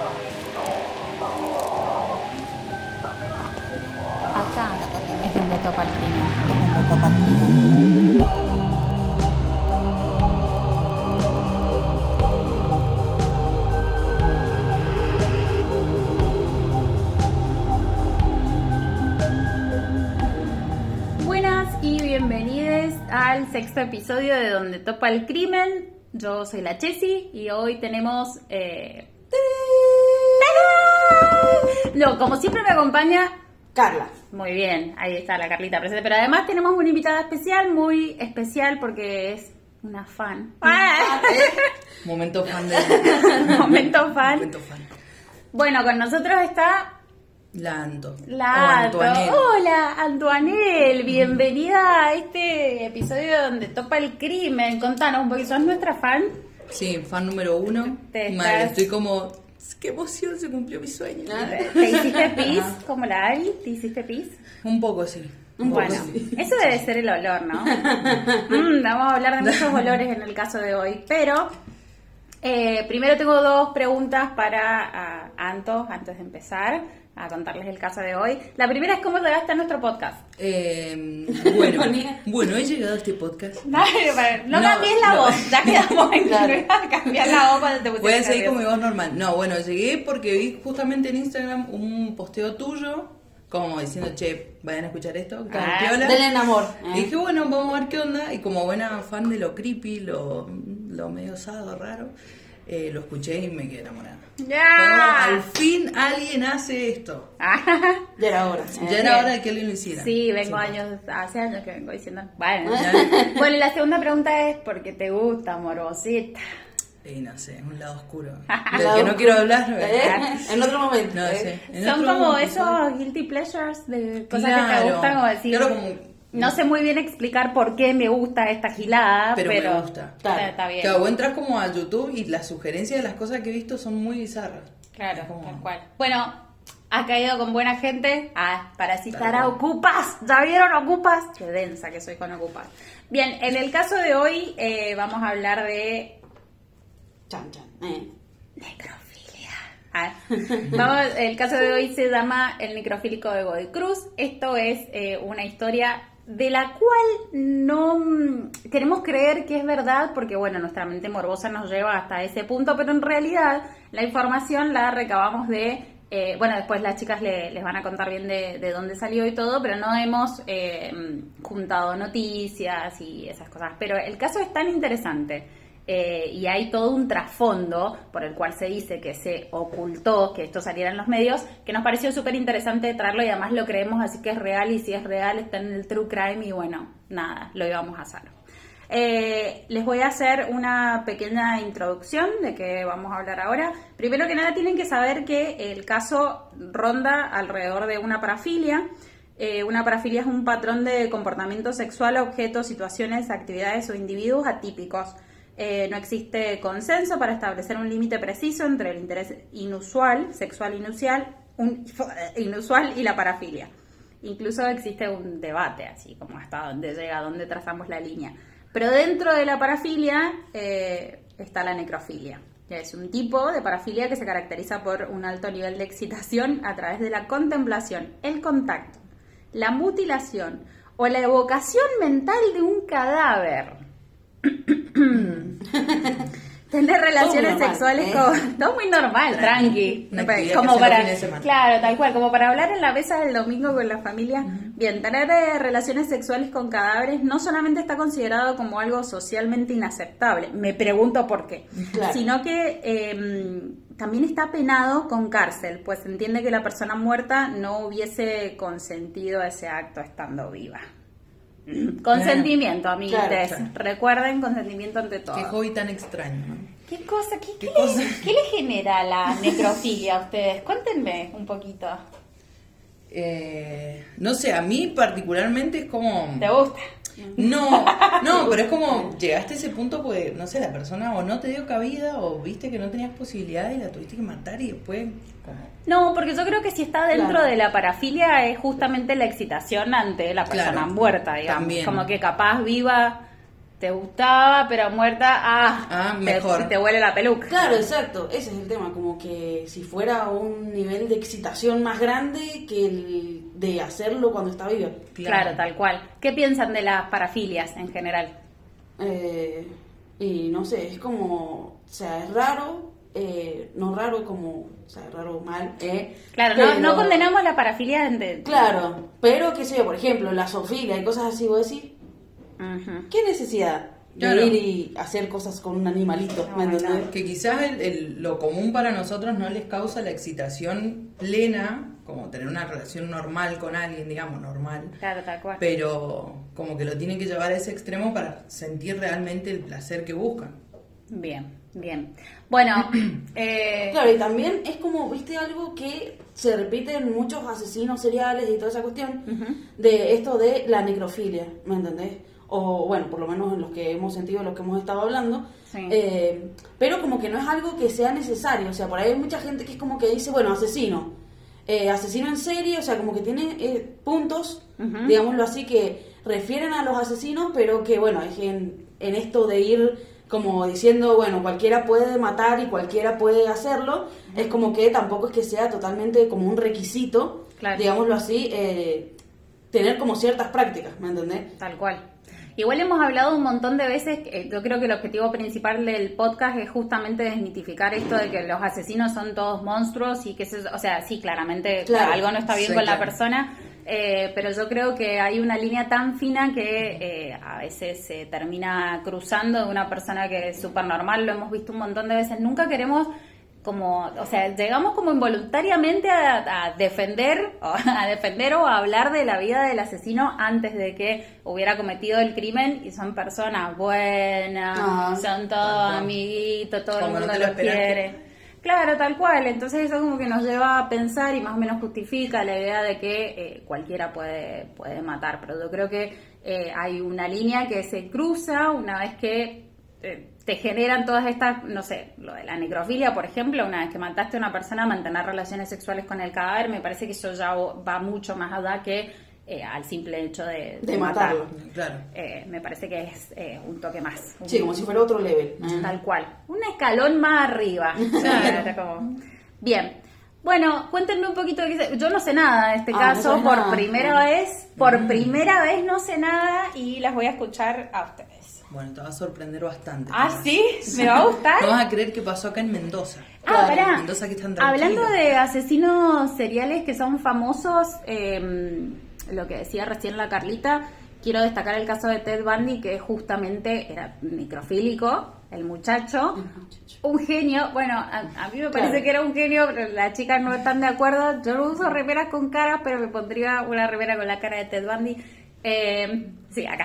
Acá es donde topa el crimen. Es donde topa el crimen. Buenas y bienvenidos al sexto episodio de Donde Topa el Crimen. Yo soy la Chessy y hoy tenemos... No, como siempre me acompaña... Carla. Muy bien, ahí está la Carlita presente. Pero además tenemos una invitada especial, muy especial porque es una fan. Momento fan de... Momento fan. Momento fan. Bueno, con nosotros está... La Anto. La Anto. Hola, Antoinelle. Bienvenida a este episodio donde topa el crimen. Contanos un poquito, ¿sos nuestra fan? Sí, fan número 1. Madre, estoy como... ¡Qué emoción! Se cumplió mi sueño. ¿Te hiciste pis como la Ari? ¿Te hiciste pis? Un poco, sí. Bueno, eso debe ser el olor, ¿no? Vamos a hablar de muchos olores en el caso de hoy, pero primero tengo dos preguntas para Anto, antes de empezar a contarles el caso de hoy. La primera es ¿cómo llegaste a nuestro podcast? Bueno, he llegado a este podcast. No cambies la voz, ya quedamos en que cambiar la voz cuando te pusiste. Voy a seguir con mi voz normal. No, bueno, llegué porque vi justamente en Instagram un posteo tuyo, como diciendo, che, vayan a escuchar esto, que está piola. Denle amor. Y dije, bueno, vamos a ver qué onda. Y como buena fan de lo creepy, lo medio osado, raro, lo escuché y me quedé enamorada. ¡Ya! Al fin alguien hace esto. Ya era hora. Ya era hora de que alguien lo hiciera. Sí, hace años que vengo diciendo. Bueno, bueno, la segunda pregunta es ¿por qué te gusta, morbosita? Y no sé, es un lado oscuro. Del que no quiero hablar. En otro momento. No sé. Son como esos guilty pleasures de cosas que te gustan, como decir. Claro, como... No sé muy bien explicar por qué me gusta esta gilada, pero me gusta. Está bien. Claro, vos entras como a YouTube y las sugerencias de las cosas que he visto son muy bizarras. Claro, tal cual. Bueno, has caído con buena gente. Para citar a Ocupas. ¿Ya vieron Ocupas? Qué densa que soy con Ocupas. Bien, en el caso de hoy vamos a hablar de... necrofilia. El caso de hoy se llama El necrofílico de Godoy Cruz. Esto es una historia de la cual no queremos creer que es verdad porque, bueno, nuestra mente morbosa nos lleva hasta ese punto, pero en realidad la información la recabamos de... bueno, después las chicas les van a contar bien de dónde salió y todo, pero no hemos juntado noticias y esas cosas. Pero el caso es tan interesante y hay todo un trasfondo por el cual se dice que se ocultó que esto saliera en los medios, que nos pareció súper interesante traerlo y además lo creemos, así que es real y si es real está en el True Crime y bueno, nada, lo íbamos a hacer. Les voy a hacer una pequeña introducción de qué vamos a hablar ahora. Primero que nada tienen que saber que el caso ronda alrededor de una parafilia. Una parafilia es un patrón de comportamiento sexual a objetos, situaciones, actividades o individuos atípicos. No existe consenso para establecer un límite preciso entre el interés sexual inusual y la parafilia. Incluso existe un debate, así como hasta dónde llega, dónde trazamos la línea. Pero dentro de la parafilia está la necrofilia, que es un tipo de parafilia que se caracteriza por un alto nivel de excitación a través de la contemplación, el contacto, la mutilación o la evocación mental de un cadáver. Tener relaciones sexuales con... Todo muy normal, tranqui. Como para, claro, tal cual, como para hablar en la mesa del domingo con la familia. Bien, tener relaciones sexuales con cadáveres no solamente está considerado como algo socialmente inaceptable, me pregunto por qué, sino que también está penado con cárcel, pues se entiende que la persona muerta no hubiese consentido ese acto estando viva. Consentimiento, amiguites. Claro. Recuerden, consentimiento ante todo. Qué hobby tan extraño, ¿no? ¿Qué cosa? ¿Qué les genera la necrofilia a ustedes? Cuéntenme un poquito. No sé, a mí particularmente es como... ¿Te gusta? No, pero es como llegaste a ese punto porque, no sé, la persona o no te dio cabida o viste que no tenías posibilidad y la tuviste que matar y después... No, porque yo creo que si está dentro de la parafilia es justamente la excitación ante la persona muerta, digamos. También. Como que capaz viva te gustaba, pero muerta, mejor. te huele la peluca. Claro, exacto, ese es el tema, como que si fuera un nivel de excitación más grande que el de hacerlo cuando está viva. Claro, tal cual. ¿Qué piensan de las parafilias en general? Y no sé, es como, o sea, es raro, no raro como, o sea, raro mal. Claro, pero, no condenamos la parafilia. Claro, pero qué sé yo, por ejemplo, la zoofilia y cosas así, vos decís, ¿qué necesidad de ir y hacer cosas con un animalito? ¿Me entendés? Que quizás lo común para nosotros no les causa la excitación plena, como tener una relación normal con alguien, digamos, normal. Claro, tal cual. Pero como que lo tienen que llevar a ese extremo para sentir realmente el placer que buscan. Bien, bien. Bueno, claro, y también es como, viste, algo que se repite en muchos asesinos seriales y toda esa cuestión, de esto de la necrofilia, ¿me entendés? O bueno, por lo menos en los que hemos sentido, los que hemos estado hablando, sí. Pero como que no es algo que sea necesario, o sea, por ahí hay mucha gente que es como que dice, bueno, asesino en serie, o sea, como que tiene puntos, digámoslo así, que refieren a los asesinos, pero que bueno, es en esto de ir como diciendo, bueno, cualquiera puede matar y cualquiera puede hacerlo, es como que tampoco es que sea totalmente como un requisito, claro, digámoslo así, tener como ciertas prácticas, ¿me entendés? Tal cual. Igual hemos hablado un montón de veces, yo creo que el objetivo principal del podcast es justamente desmitificar esto de que los asesinos son todos monstruos y que o sea, sí, claramente claro, algo no está bien sí, con claro. la persona, pero yo creo que hay una línea tan fina que a veces se termina cruzando de una persona que es súper normal, lo hemos visto un montón de veces, nunca queremos como, o sea, llegamos como involuntariamente a defender o a hablar de la vida del asesino antes de que hubiera cometido el crimen, y son personas buenas, son todos amiguitos, todo Como el no mundo te lo los quiere. Claro, tal cual. Entonces eso como que nos lleva a pensar y más o menos justifica la idea de que cualquiera puede matar, pero yo creo que hay una línea que se cruza una vez que te generan todas estas, no sé, lo de la necrofilia, por ejemplo, una vez que mataste a una persona, mantener relaciones sexuales con el cadáver, me parece que eso ya va mucho más allá que al simple hecho de matarlo. Claro. Me parece que es un toque más. Sí, como si fuera otro level. Tal cual. Un escalón más arriba. Era como... Bien. Bueno, cuéntenme un poquito. Yo no sé nada de este caso. No por nada. primera vez. Por primera vez no sé nada y las voy a escuchar a ustedes. Bueno, te va a sorprender bastante. ¿Ah, sí? ¿Me va a gustar? No vas a creer que pasó acá en Mendoza. Ah, pará. Mendoza que están tranquilos. Hablando de asesinos seriales que son famosos, lo que decía recién la Carlita, quiero destacar el caso de Ted Bundy, que justamente era necrofílico, el muchacho. Un genio. Bueno, a mí me parece que era un genio, pero las chicas no están de acuerdo. Yo no uso remeras con cara, pero me pondría una remera con la cara de Ted Bundy. Sí, acá.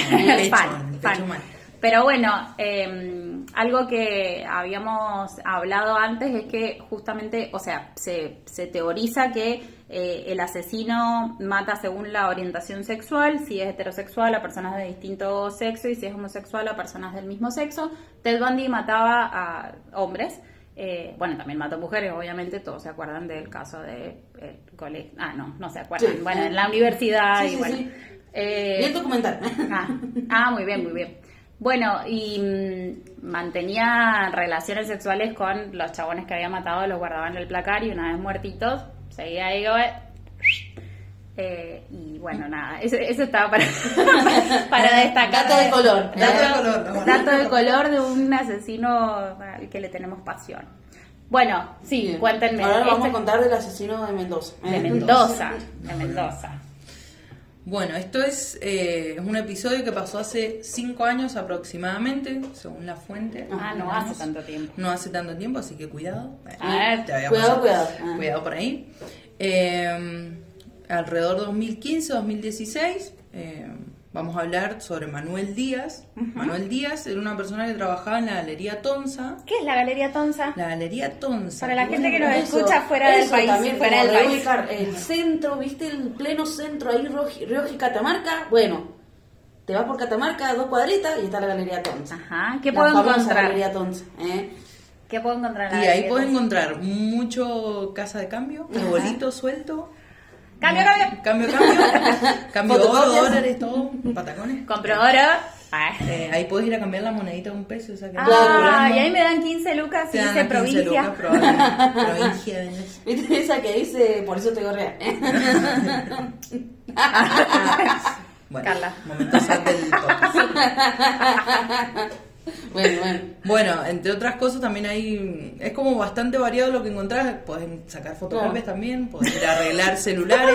Fan. Pero bueno, algo que habíamos hablado antes es que justamente, o sea, se teoriza que el asesino mata según la orientación sexual, si es heterosexual a personas de distinto sexo y si es homosexual a personas del mismo sexo. Ted Bundy mataba a hombres. Bueno, también mató mujeres, obviamente, todos se acuerdan del caso de colegio. No se acuerdan. Sí, bueno, en la universidad y bueno. Sí. Bien documental. Muy bien, muy bien. Bueno, y mantenía relaciones sexuales con los chabones que había matado, los guardaba en el placar y una vez muertitos, seguía ahí. Y bueno, nada, eso estaba para destacar. Dato de color. Dato de color de un asesino al que le tenemos pasión. Bueno, sí, bien. Cuéntenme. Ahora vamos a contar del asesino de Mendoza. De Mendoza. Bueno, esto es un episodio que pasó hace 5 años aproximadamente, según la fuente. No hace tanto tiempo. No hace tanto tiempo, así que cuidado. Cuidado por ahí. Alrededor de 2015-2016 vamos a hablar sobre Manuel Díaz. Manuel Díaz era una persona que trabajaba en la Galería Tonza. ¿Qué es la Galería Tonza? La Galería Tonza. Para la gente que nos escucha fuera del país. Fuera del país. El centro, ¿viste? El pleno centro ahí, Rioja y Catamarca. Bueno, te vas por Catamarca, 2 cuadritas y está la Galería Tonza. Ajá, ¿qué puedo encontrar? Galería Tonza, ¿Qué puedo encontrar en la Y Galería ahí puedes Tonza? encontrar mucho casa de cambio, arbolito suelto. Cambio. Cambio oro, dólares, todo, patacones. Compro oro. Ahí podés ir a cambiar la monedita de un peso. O sea, que y ahí me dan 15 lucas y dice provincia. Provincia de ¿Viste esa que dice, por eso te gorrea? Bueno, Carla. momentos del podcast. Bueno, entre otras cosas también hay... Es como bastante variado lo que encontrás. Podés sacar fotocopias también, podés ir a arreglar celulares.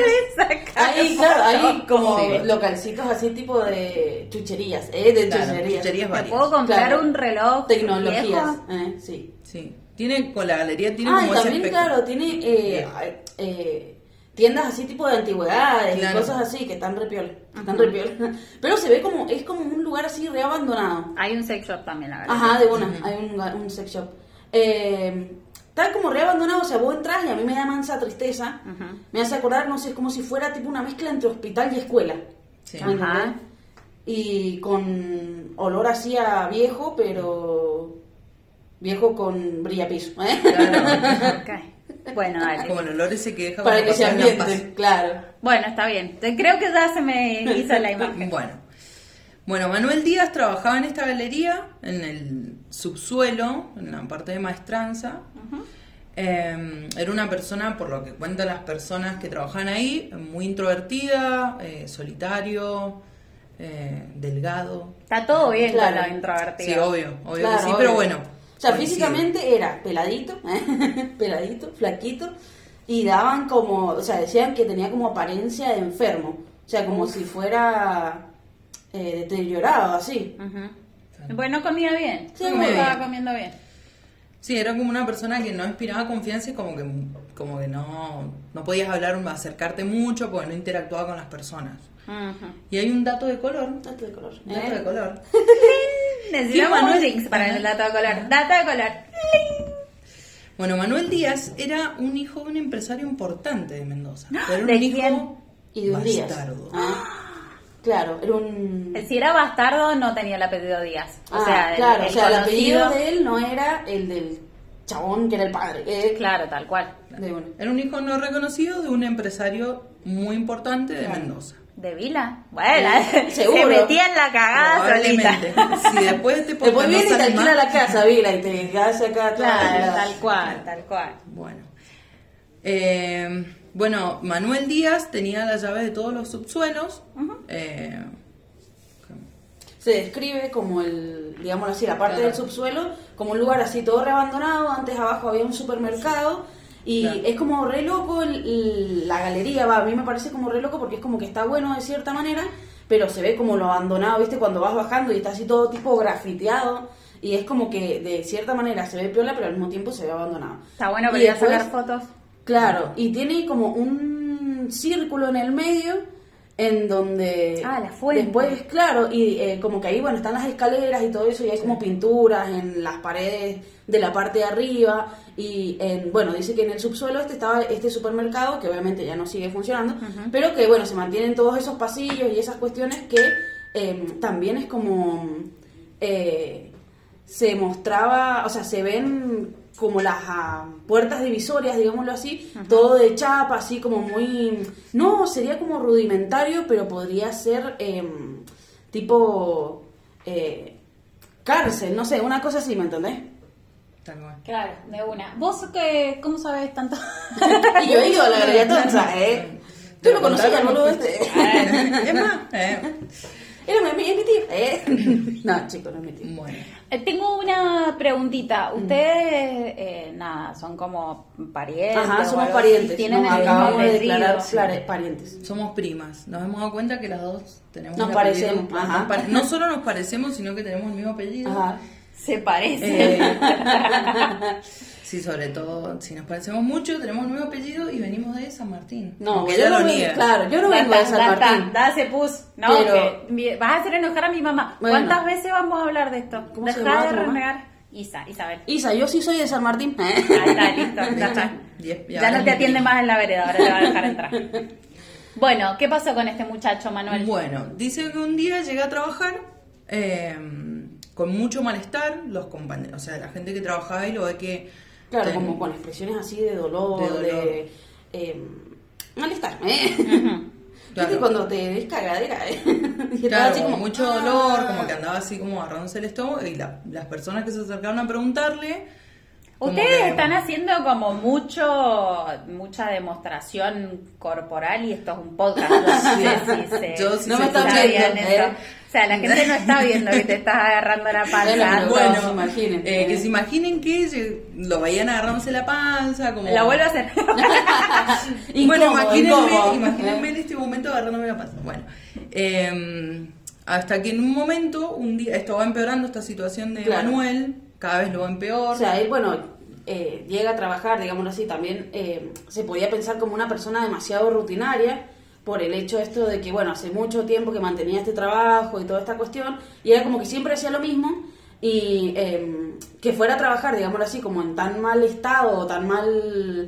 Hay como localcitos así tipo de chucherías, chucherías varias. ¿Puedo comprar un reloj tecnologías, sí. Tiene, con la galería tiene como también, ese claro, tiene tiendas así tipo de antigüedades y cosas así que están re piola. Pero se ve como, es como un lugar así re abandonado. Hay un sex shop también, la verdad. De una, hay un sex shop. Está como re abandonado, o sea, vos entras y a mí me da mansa tristeza. Me hace acordar, no sé, es como si fuera tipo una mezcla entre hospital y escuela. Sí. Y con olor así a viejo, pero viejo con brillapiso. Claro. Okay. Bueno, dale. Como el olor ese que deja para que se ambiente, claro. Bueno, está bien. Creo que ya se me hizo la imagen. Bueno, Manuel Díaz trabajaba en esta galería, en el subsuelo, en la parte de maestranza. Era una persona, por lo que cuentan las personas que trabajaban ahí, muy introvertida, solitario, delgado. Está todo bien con la introvertida. Sí, obvio que sí, pero bueno. O sea, físicamente era peladito, flaquito, y daban como, o sea, decían que tenía como apariencia de enfermo, o sea, como si fuera deteriorado, así. Bueno, comía bien. Sí, estaba comiendo bien. Sí, era como una persona que no inspiraba confianza y como que no podías hablar, acercarte mucho porque no interactuaba con las personas. Y hay un dato de color. Dato de color. Necesitamos un links para el dato de color. Dato de color. Bueno, Manuel Díaz era un hijo de un empresario importante de Mendoza. Era un ¿De hijo quién? Y de un Díaz. bastardo. Claro, era un... Si era bastardo, no tenía el apellido Díaz. O sea, el apellido de él no era el del chabón que era el padre. Claro, tal cual. Era un hijo no reconocido de un empresario muy importante de Mendoza. ¿De Vila? Bueno, seguro. Se metía en la cagada solita. Si después viene y te alquila la casa, Vila, y te hace acá. Claro, tal cual. Bueno, Manuel Díaz tenía la llave de todos los subsuelos. Se describe como digámoslo así, la parte del subsuelo, como un lugar así todo reabandonado. Antes abajo había un supermercado. Y es como re loco la galería, a mí me parece como re loco porque es como que está bueno de cierta manera, pero se ve como lo abandonado, ¿viste? Cuando vas bajando y está así todo tipo grafiteado, y es como que de cierta manera se ve piola, pero al mismo tiempo se ve abandonado. Está bueno para ir a sacar fotos. Claro, y tiene como un círculo en el medio en donde la fuente. Después, claro, y como que ahí, bueno, están las escaleras y todo eso, y hay como pinturas en las paredes de la parte de arriba, y dice que en el subsuelo estaba este supermercado, que obviamente ya no sigue funcionando, pero que, bueno, se mantienen todos esos pasillos y esas cuestiones que también es como se mostraba, o sea, se ven como las puertas divisorias, digámoslo así, todo de chapa, así como muy... No, sería como rudimentario, pero podría ser tipo cárcel, no sé, una cosa así, ¿me entendés? Claro, de una. ¿Vos cómo sabés tanto? Y yo he ido a la Galería Tonza, ¿Tú lo conocías al boludo este? Es más, es mi tío. No, chicos, no es mi tío. Bueno. Tengo una preguntita. Ustedes, son como parientes. Somos parientes. Tienen el mismo acabamos de apellido. declarar parientes. Somos primas. Nos hemos dado cuenta que las dos tenemos Nos el parecemos. apellido. No solo nos parecemos, sino que tenemos el mismo apellido. Se parece. Sí, sobre todo, si nos parecemos mucho, tenemos el mismo apellido y venimos de San Martín. No, que ella lo niega. Claro, yo no vengo de San Martín. Se puso. No, pero... que vas a hacer enojar a mi mamá. Bueno. ¿Cuántas veces vamos a hablar de esto? Deja de renegar. Isabel. Yo sí soy de San Martín. Ahí está, listo, ya está. Ya no te atiende más en la vereda, ahora te va a dejar entrar. Bueno, ¿qué pasó con este muchacho, Manuel? Bueno, dice que un día llega a trabajar con mucho malestar, los compañeros, o sea, la gente que trabajaba ahí lo ve que... Claro, como con expresiones así de dolor. Malestar. Claro. ¿Viste cuando te des cagadera? Y Claro, así como mucho dolor, como que andaba así como agarrándose el estómago, y las personas que se acercaron a preguntarle... como Ustedes que- están haciendo como mucha demostración corporal y esto es un podcast. No sé si se, Yo sí No me sé están que- viendo, eso. O sea, la gente no está viendo que te estás agarrando la panza. Bueno, Bueno, se imaginen. que se imaginen que lo veían agarrándose la panza, como... La vuelvo a hacer. Bueno, Incómodo. imagínenme en este momento agarrándome la panza. Bueno, hasta que en un momento, un día, esto va empeorando, esta situación de Claro. Manuel, cada vez lo va en peor. O sea, él, bueno, llega a trabajar, digámoslo así, también se podía pensar como una persona demasiado rutinaria por el hecho esto de que, bueno, hace mucho tiempo que mantenía este trabajo y toda esta cuestión, y era como que siempre hacía lo mismo, y que fuera a trabajar, digámoslo así, como en tan mal estado, o tan mal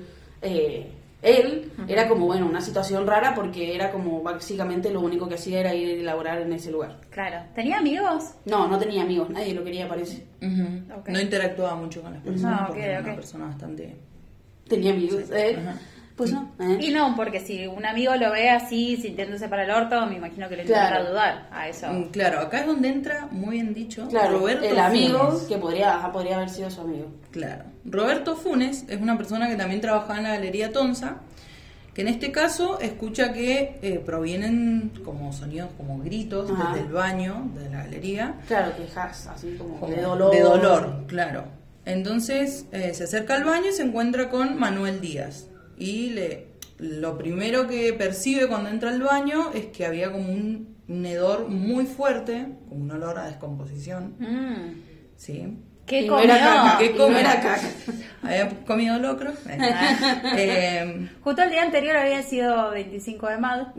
él, era como, bueno, una situación rara porque era como básicamente lo único que hacía era ir a laborar en ese lugar. Claro. ¿Tenía amigos? No tenía amigos, nadie lo quería, parece. Ujú. Ok. No interactuaba mucho con las personas, Ah, porque ok, era ok. una persona bastante... Tenía amigos, Ajá. Pues no. Y no, porque si un amigo lo ve así, sintiéndose para el orto, me imagino que le Claro. intenta dudar a eso. Claro, acá es donde entra, muy bien dicho, Claro, Roberto el amigo Funes. que podría haber sido su amigo. Claro. Roberto Funes es una persona que también trabajaba en la galería Tonza, que en este caso escucha que provienen como sonidos, como gritos Ajá. desde el baño de la galería. Claro, quejas, así como Como de dolor. De dolor, claro. Entonces se acerca al baño y se encuentra con Manuel Díaz. Y lo primero que percibe cuando entra al baño es que había como un hedor muy fuerte, como un olor a descomposición. ¿Sí? ¿Qué Y no comió? era caca, ¿Qué y no comió? era caca. Había comido locro. Justo el día anterior había sido 25 de mayo.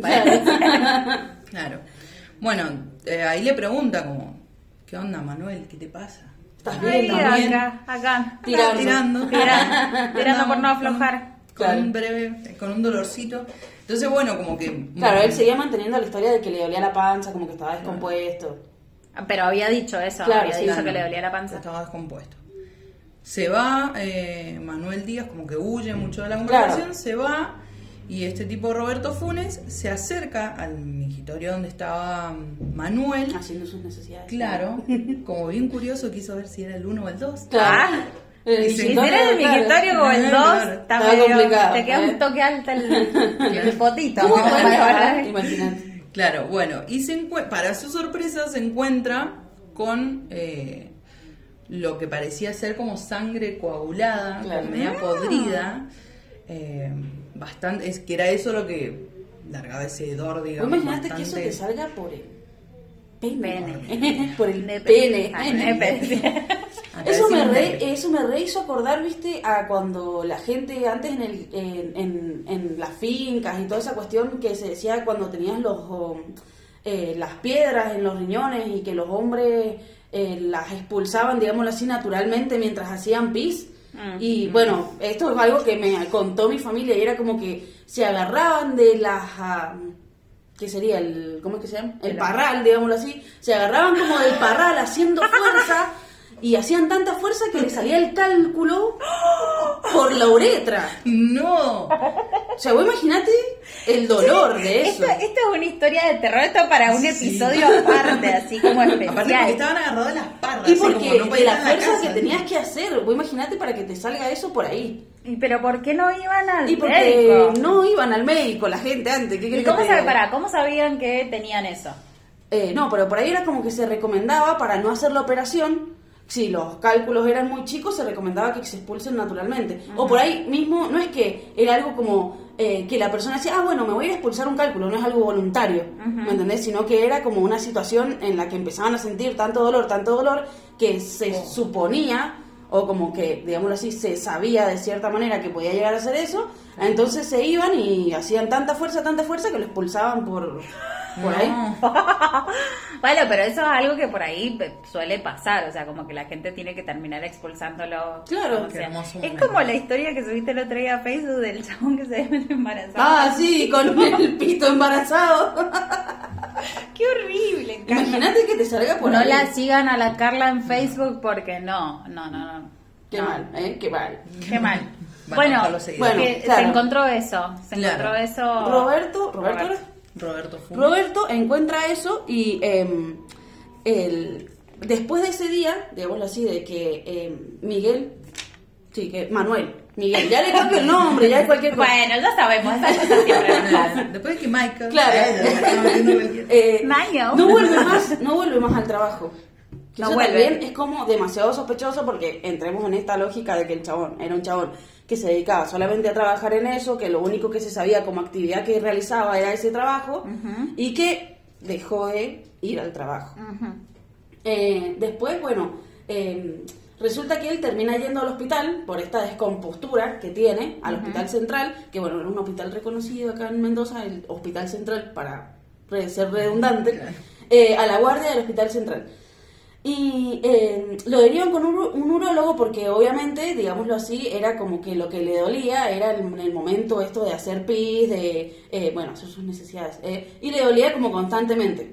Claro. Bueno, ahí le pregunta como, ¿qué onda, Manuel? ¿Qué te pasa? ¿Estás Ay, bien? ¿Estás bien? acá. Tirando. Tirando por no aflojar. Con un breve, con un dolorcito. Entonces, bueno, como que... Claro, él seguía manteniendo la historia de que le dolía la panza, como que estaba descompuesto. Pero había dicho eso, Claro, había sí, dicho claro. que le dolía la panza. Estaba descompuesto. Se va Manuel Díaz, como que huye mucho de la Claro. conversación, se va, y este tipo Roberto Funes se acerca al mingitorio donde estaba Manuel. Haciendo sus necesidades. Claro, como bien curioso, quiso ver si era el 1 o el 2. Claro. Ah, El si mingitorio, era el claro. mingitorio o el 2, Claro. está Estaba medio, complicado, te queda ¿eh? un toque alto el potito. ¿Cómo Vamos a fue? ver. Imagínate. Claro, bueno, y para su sorpresa se encuentra con lo que parecía ser como sangre coagulada, Claro. como media podrida, bastante, es que era eso lo que largaba ese hedor, ¿Vos digamos. imaginaste que eso bastante- te salga por el pene? Pene. Por el Nepe. pene. Ah, nepe. Acá Eso decimos nepe. eso me re hizo acordar, viste, a cuando la gente antes en las fincas y toda esa cuestión que se decía cuando tenías las piedras en los riñones y que los hombres las expulsaban, digámoslo así, naturalmente mientras hacían pis. Y bueno, esto es algo que me contó mi familia y era como que se agarraban de las... ¿qué sería? ¿Cómo es que se llama? El parral, digámoslo así. Se agarraban como del parral haciendo fuerza y hacían tanta fuerza que le salía el cálculo por la uretra. ¡No! O sea, vos imaginate el dolor de eso. Esto es una historia de terror, esto para un Sí. episodio aparte, así como Aparte porque especial. estaban agarrados de las parras. Y así porque como no de podían la estar en fuerza que casa. tenías que hacer, vos imaginate para que te salga eso por ahí. Pero ¿por qué no iban al Y porque médico? no iban al médico la gente antes. ¿Qué ¿Y querés cómo, que te diga? cómo sabían que tenían eso? No, pero por ahí era como que se recomendaba para no hacer la operación. Si los cálculos eran muy chicos, se recomendaba que se expulsen naturalmente. O por ahí mismo, no es que era algo como que la persona decía, bueno, me voy a ir a expulsar un cálculo, no es algo voluntario, ¿me entendés? Sino que era como una situación en la que empezaban a sentir tanto dolor, que se suponía, o como que, digámoslo así, se sabía de cierta manera que podía llegar a hacer eso, entonces se iban y hacían tanta fuerza que lo expulsaban por ahí. Bueno, pero eso es algo que por ahí suele pasar, o sea, como que la gente tiene que terminar expulsándolo. Claro. O sea, Qué hermoso es momento. como la historia que subiste el otro día a Facebook del chabón que se metió embarazado. Ah, sí, con el pito embarazado. Qué horrible, Carla. Imagínate que te salga por No ahí. la sigan a la Carla en Facebook porque no. Qué mal, qué mal. Qué mal. Van a Bueno, dejarlo seguir. que Bueno, claro. se encontró eso. Se Claro. encontró eso. Roberto era? Roberto encuentra eso y después de ese día, digámoslo así, de que Manuel, Miguel, ya le cambio el nombre, ya es cualquier cosa. Bueno, ya sabemos, esas cosas siempre. Después de que Michael... Claro. Michael. No vuelve más al trabajo. No Eso vuelve. también es como demasiado sospechoso porque entremos en esta lógica de que el chabón era un chabón que se dedicaba solamente a trabajar en eso, que lo único que se sabía como actividad que realizaba era ese trabajo y que dejó de ir al trabajo. Después, resulta que él termina yendo al hospital por esta descompostura que tiene, al Hospital Central, que bueno, era un hospital reconocido acá en Mendoza, el Hospital Central, para ser redundante, Claro. a la guardia del Hospital Central. Y lo derivan con un urólogo porque obviamente, digámoslo así, era como que lo que le dolía era el momento esto de hacer pis, de, hacer sus necesidades, y le dolía como constantemente.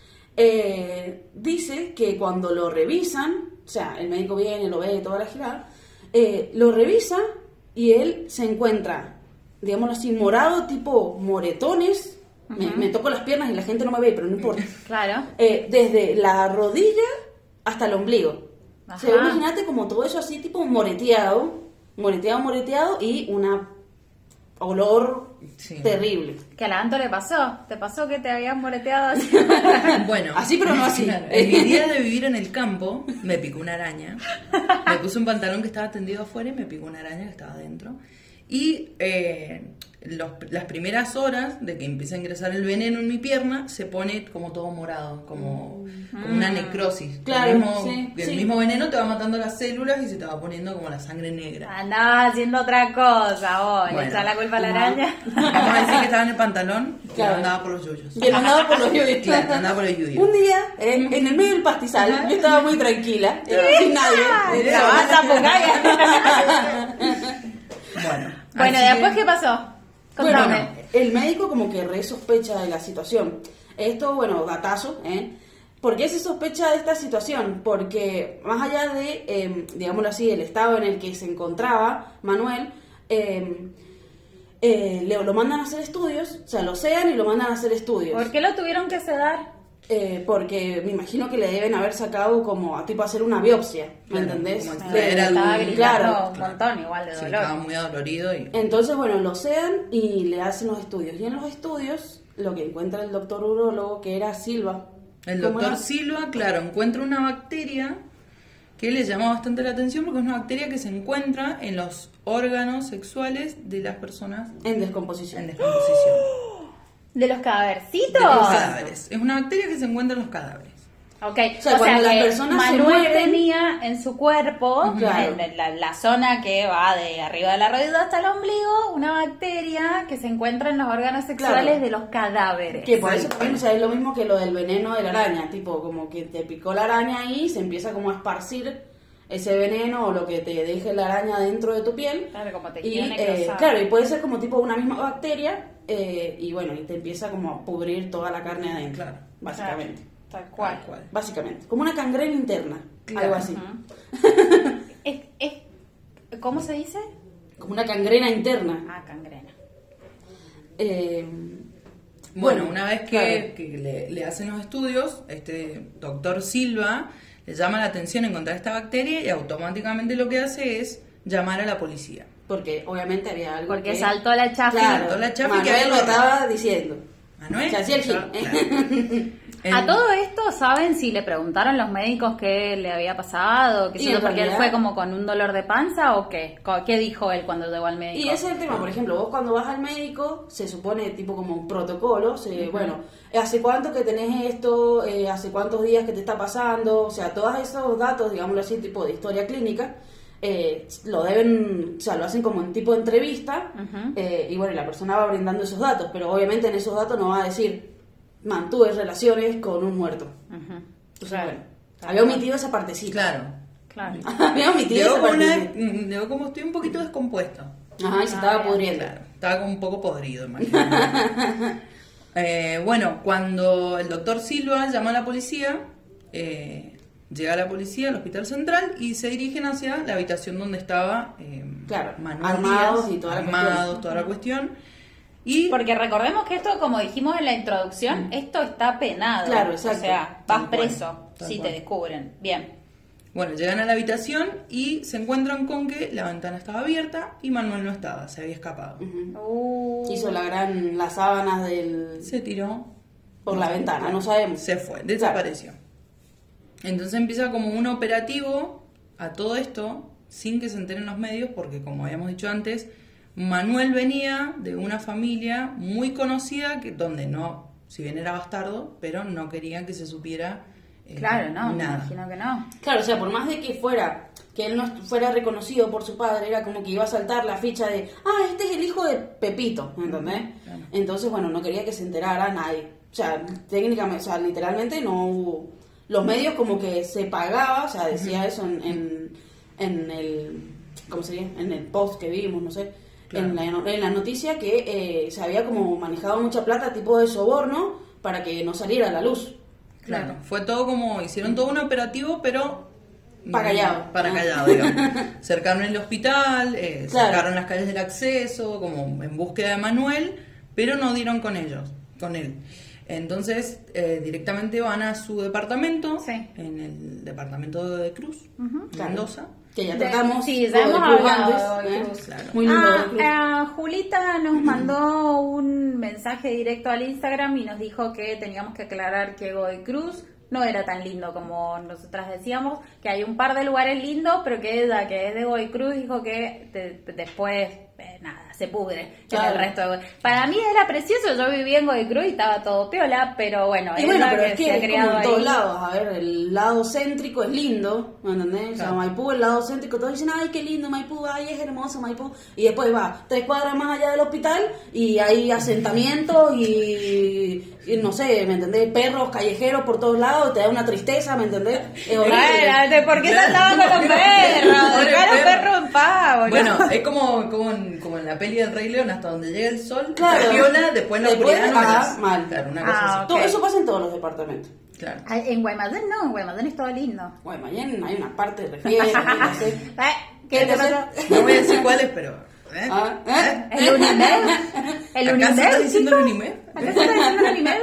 Dice que cuando lo revisan, o sea, el médico viene, lo ve, toda la girada, lo revisa y él se encuentra, digámoslo así, morado, tipo moretones. Me toco las piernas y la gente no me ve, pero no importa. Claro. Desde la rodilla hasta el ombligo. Ajá. O sea, imagínate como todo eso así, tipo moreteado y una olor terrible. ¿Que a la Anto le pasó? ¿Te pasó que te habían moreteado así? Bueno, Así, pero no así. Claro, en mi día de vivir en el campo, me picó una araña. Me puse un pantalón que estaba tendido afuera y me picó una araña que estaba adentro. Y las primeras horas de que empieza a ingresar el veneno en mi pierna, se pone como todo morado, como una necrosis. Claro, el mismo veneno te va matando las células y se te va poniendo como la sangre negra. Andaba haciendo otra cosa, vos. Bueno, Le echás la culpa a la araña. Vamos a decir que estaba en el pantalón y Claro. andaba por los yuyos. Que no andaba por los yuyos. Claro, andaba por los yuyos. Un día, en el medio del pastizal, yo estaba muy tranquila, sin nadie. La vas a Pucaya. Bueno, así ¿después que- qué pasó? Contame. Bueno, el médico como que re sospecha de la situación. Esto, datazo, ¿Por qué se sospecha de esta situación? Porque más allá de, digámoslo así, el estado en el que se encontraba Manuel, lo mandan a hacer estudios, o sea, lo sean y lo mandan a hacer estudios. ¿Por qué lo tuvieron que sedar? Porque me imagino que le deben haber sacado como a tipo hacer una biopsia, ¿me Claro, entendés? como Estaba gritando claro. un montón igual de Sí, dolor. estaba muy adolorido y... Entonces, lo sedan y le hacen los estudios. Y en los estudios, lo que encuentra el doctor urólogo, que era Silva. El ¿Cómo doctor era? Silva, claro, encuentra una bacteria que le llama bastante la atención porque es una bacteria que se encuentra en los órganos sexuales de las personas En descomposición. en descomposición. ¿De los cadávercitos? De los cadáveres. Es una bacteria que se encuentra en los cadáveres. Ok, O sea, cuando las que personas se Manuel mueren- tenía en su cuerpo, Claro. en la zona que va de arriba de la rodilla hasta el ombligo, una bacteria que se encuentra en los órganos sexuales Claro. de los cadáveres. Que por eso también, es lo mismo que lo del veneno de la araña. Tipo, como que te picó la araña ahí, se empieza como a esparcir ese veneno o lo que te deje la araña dentro de tu piel. Claro, como Y, tejido necrosado. claro, y puede ser como tipo una misma bacteria y te empieza como a pudrir toda la carne adentro, Claro. básicamente. Tal cual. Tal cual. Básicamente, como una cangrena interna, Claro. algo así. ¿Cómo se dice? Como una cangrena interna. Ah, cangrena. Bueno, una vez claro. que le hacen los estudios, este doctor Silva le llama la atención encontrar esta bacteria y automáticamente lo que hace es llamar a la policía. Porque obviamente había algo Porque que... saltó la chafa. Claro, Saltó la chafa y que Manuel había lo algo estaba diciendo. Manuel. Se hacía el gil. Claro. A todo esto, ¿saben si le preguntaron los médicos qué le había pasado? ¿Qué Y sé yo, en porque él realidad- fue como con un dolor de panza o qué? ¿Qué dijo él cuando llegó al médico? Y ese es el tema, por ejemplo, vos cuando vas al médico, se supone tipo como un protocolo, ¿hace cuánto que tenés esto? ¿Hace cuántos días que te está pasando? O sea, todos esos datos, digámoslo así, tipo de historia clínica, lo hacen como en tipo de entrevista, y la persona va brindando esos datos, pero obviamente en esos datos no va a decir, mantuve relaciones con un muerto. Entonces, Claro. había omitido esa partecita. Claro. Claro. Había omitido Llegó, esa partecita. llegó como estoy un poquito descompuesto. Ajá, y se estaba bien. pudriendo. Claro, estaba como un poco podrido, imagínate. Cuando el doctor Silva llama a la policía, llega la policía al Hospital Central y se dirigen hacia la habitación donde estaba Claro, Manuel armados Díaz, y toda la armados, cuestión. toda la cuestión. Y Porque recordemos que esto, como dijimos en la introducción, esto está penado. Claro, exacto. O sea, vas Tal cual, preso tal si cual. te descubren. Bien. bueno, llegan a la habitación y se encuentran con que la ventana estaba abierta y Manuel no estaba, se había escapado. Hizo las sábanas Se tiró, por la ventana, no sabemos. se fue, desapareció. Entonces empieza como un operativo a todo esto sin que se enteren los medios porque, como habíamos dicho antes, Manuel venía de una familia muy conocida donde no, si bien era bastardo, pero no querían que se supiera Claro, no, me nada. imagino que no. Claro, o sea, por más de que él no fuera reconocido por su padre, era como que iba a saltar la ficha de, este es el hijo de Pepito, ¿entendés? Claro. Entonces, bueno, no quería que se enterara nadie. O sea, técnicamente, o sea, literalmente no hubo... Los medios como que se pagaba, o sea, decía eso en el... ¿Cómo se dice? En el post que vimos, no sé. Claro. En la noticia que se había como manejado mucha plata tipo de soborno para que no saliera a la luz. Claro, fue todo como, hicieron todo un operativo, pero... Para callado. Para callado, digamos. Cercaron el hospital, Claro. cercaron las calles del acceso, como en búsqueda de Manuel, pero no dieron con él. Entonces, directamente van a su departamento, Sí. en el departamento de Cruz, Claro. Mendoza. Que ya tratamos. Sí, ya lo hemos de Cruz hablado antes, de ¿eh? Cruz. Claro. Muy lindo de Cruz. Julita nos mandó un mensaje directo al Instagram y nos dijo que teníamos que aclarar que Godoy Cruz no era tan lindo como nosotras decíamos, que hay un par de lugares lindos, pero que ella, que es de Godoy Cruz, dijo que después, nada, se pudre Claro. en el resto de Godoy. Para mí era precioso, yo vivía en Godoy Cruz y estaba todo piola, pero bueno, Y bueno, ella pero es se que ha es como criado en todos ahí. lados. A ver, el lado céntrico es lindo, ¿me entendés? O sea, Claro. Maipú, el lado céntrico, todos dicen, ay, qué lindo Maipú, ay, es hermoso Maipú. Y después va 3 cuadras más allá del hospital y hay asentamientos y no sé, ¿me entendés? Perros callejeros por todos lados, te da una tristeza, ¿me entendés? Es horrible. Bueno, ¿por qué se andaba con los perros? Pobre Dejar los perro. perros en paz, boludo. Bueno, es como en la peli del Rey León, hasta donde llega el sol, Claro. está viola, después la oscuridad no verás. mal. Claro, una cosa Ah, así. Todo ok. eso pasa en todos los departamentos. Claro. Ay, en Guaymallén no, en Guaymallén es todo lindo. Bueno, mañana hay una parte de refiera, no sé. ¿Qué te ¿Qué pasó? No voy a decir cuáles, pero... Ah, ¿eh? ¿El Unimed? ¿El ¿Acaso Unimed? estás diciendo el chico? Unimed? ¿Acaso estás diciendo el Unimed?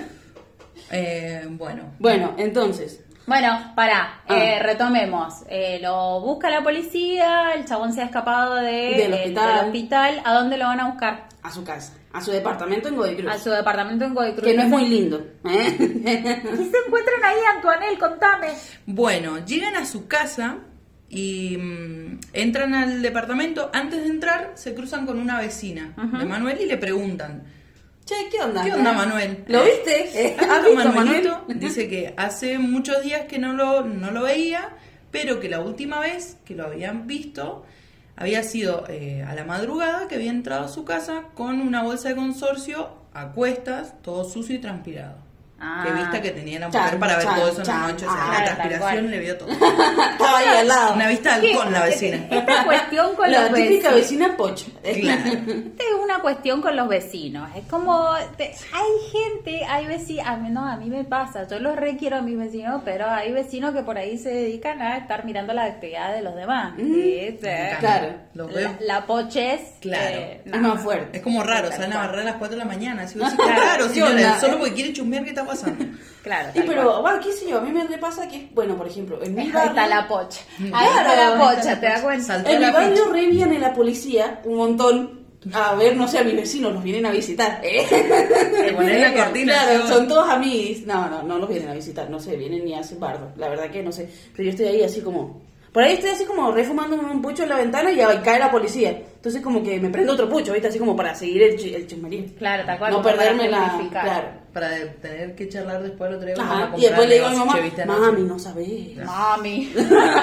Bueno. Bueno, entonces, Bueno, pará, retomemos. Lo busca la policía, el chabón se ha escapado Del hospital. del hospital. ¿A dónde lo van a buscar? a su casa, a su departamento en Godoy Cruz. A su departamento en Godoy Cruz. Que no es muy lindo. ¿Eh? ¿Qué se encuentran ahí, Antoinette? Contame. Bueno, llegan a su casa y entran al departamento. Antes de entrar, se cruzan con una vecina de Manuel y le preguntan: Che, ¿qué onda? ¿qué onda, Manuel? ¿Lo viste? ¿Has ¿Has visto visto, Manuelito? Manuel? Dice que hace muchos días que no lo veía, pero que la última vez que lo habían visto había sido a la madrugada, que había entrado a su casa con una bolsa de consorcio a cuestas, todo sucio y transpirado. Ah. Que vista que tenía la mujer Chan, para ver chan, todo eso en la chan. noche. O sea, Ah, la tal transpiración cual. le vio todo. Estaba ahí al lado. Una vista de halcón la vecina. Esta cuestión con La los típica vecinos. vecina pocha. Claro. Esta es una cuestión con los vecinos. Es como, hay gente, hay vecinos, a mí me pasa, yo los requiero a mis vecinos, pero hay vecinos que por ahí se dedican a estar mirando la actividad de los demás. Sí, Claro. Los veo. La pochez. Claro. Es más fuerte. Es como raro, Tal salen a cual. barrer a las 4 de la mañana. Así, claro, ¿Qué señora, onda? solo porque quiere chusmear qué está pasando. Claro. Y tal pero, cual. bueno, qué sé yo, a mí me pasa que, bueno, por ejemplo, en mi Ahí barrio... está la pocha. Ahí Claro, está la ahí pocha, ¿te das cuenta? Saltó En mi la barrio ficha. re viene la policía un montón a ver, no sé, a mis vecinos, los vienen a visitar. Te ponen la cortina. Claro, así, son todos amigos. No los vienen a visitar, no sé, vienen ni a hacer bardo. La verdad que no sé. Pero yo estoy ahí así como... Por ahí estoy así como refumando un pucho en la ventana y ahí cae la policía. Entonces como que me prendo otro pucho, ¿viste? Así como para seguir el chismerío. Claro, tal cual. No como para perderme la... justificar. Claro. Para tener que charlar después el otro día. Ajá, vamos a y después le digo a mi comprarle mamá, ceviche anoche. mami, no sabés. Mami.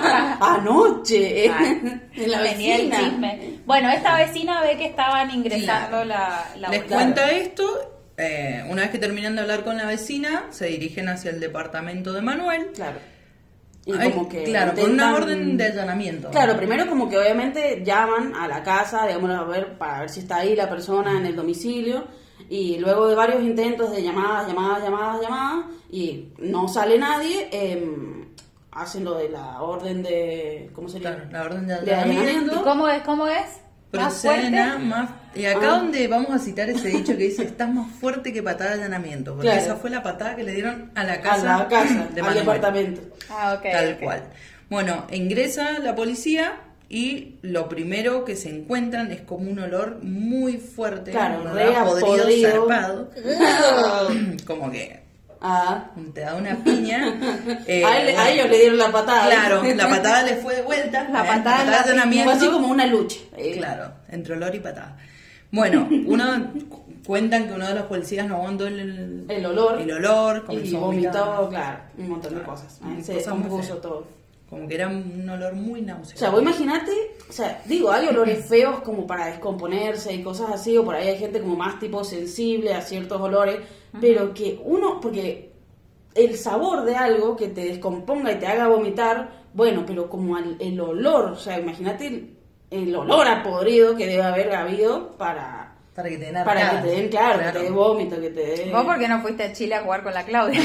Anoche, Ay, en la venía el vecina. chisme. Bueno, esta vecina ve que estaban ingresando la Les bolsa. cuenta esto. Una vez que terminan de hablar con la vecina, se dirigen hacia el departamento de Manuel. Claro. Y Ay, como que claro, con una intentan- orden de allanamiento. Claro, primero como que obviamente llaman a la casa, digamos, a ver, para ver si está ahí la persona en el domicilio, y luego de varios intentos de llamadas, y no sale nadie, hacen lo de la orden de, ¿cómo sería? Claro, la orden de De allanamiento. allanamiento. ¿Y cómo es? ¿Cómo es? procena más... Y acá donde vamos a citar ese dicho que dice, estás más fuerte que patada de allanamiento, porque esa fue la patada que le dieron a la casa, al departamento. Tal cual. Bueno, ingresa la policía y lo primero que se encuentran es como un olor muy fuerte, un olor podrido, zarpado. Como que te da una piña. A ellos le dieron la patada. Claro, la patada le fue de vuelta. La patada de allanamiento. Fue así como una lucha. Claro, entre olor y patada. Bueno, cuentan que uno de los policías no aguantó el olor, y vomitó, claro, un montón de cosas. Se descompuso todo. Como que era un olor muy nauseoso. O sea, vos imaginate, hay olores feos como para descomponerse y cosas así, o por ahí hay gente como más tipo sensible a ciertos olores, pero que porque el sabor de algo que te descomponga y te haga vomitar, bueno, pero como el olor, o sea, imagínate el olor a podrido que debe haber habido para que te den, claro, que te dé vómito, que te dé... ¿Vos por qué no fuiste a Chile a jugar con la Claudia?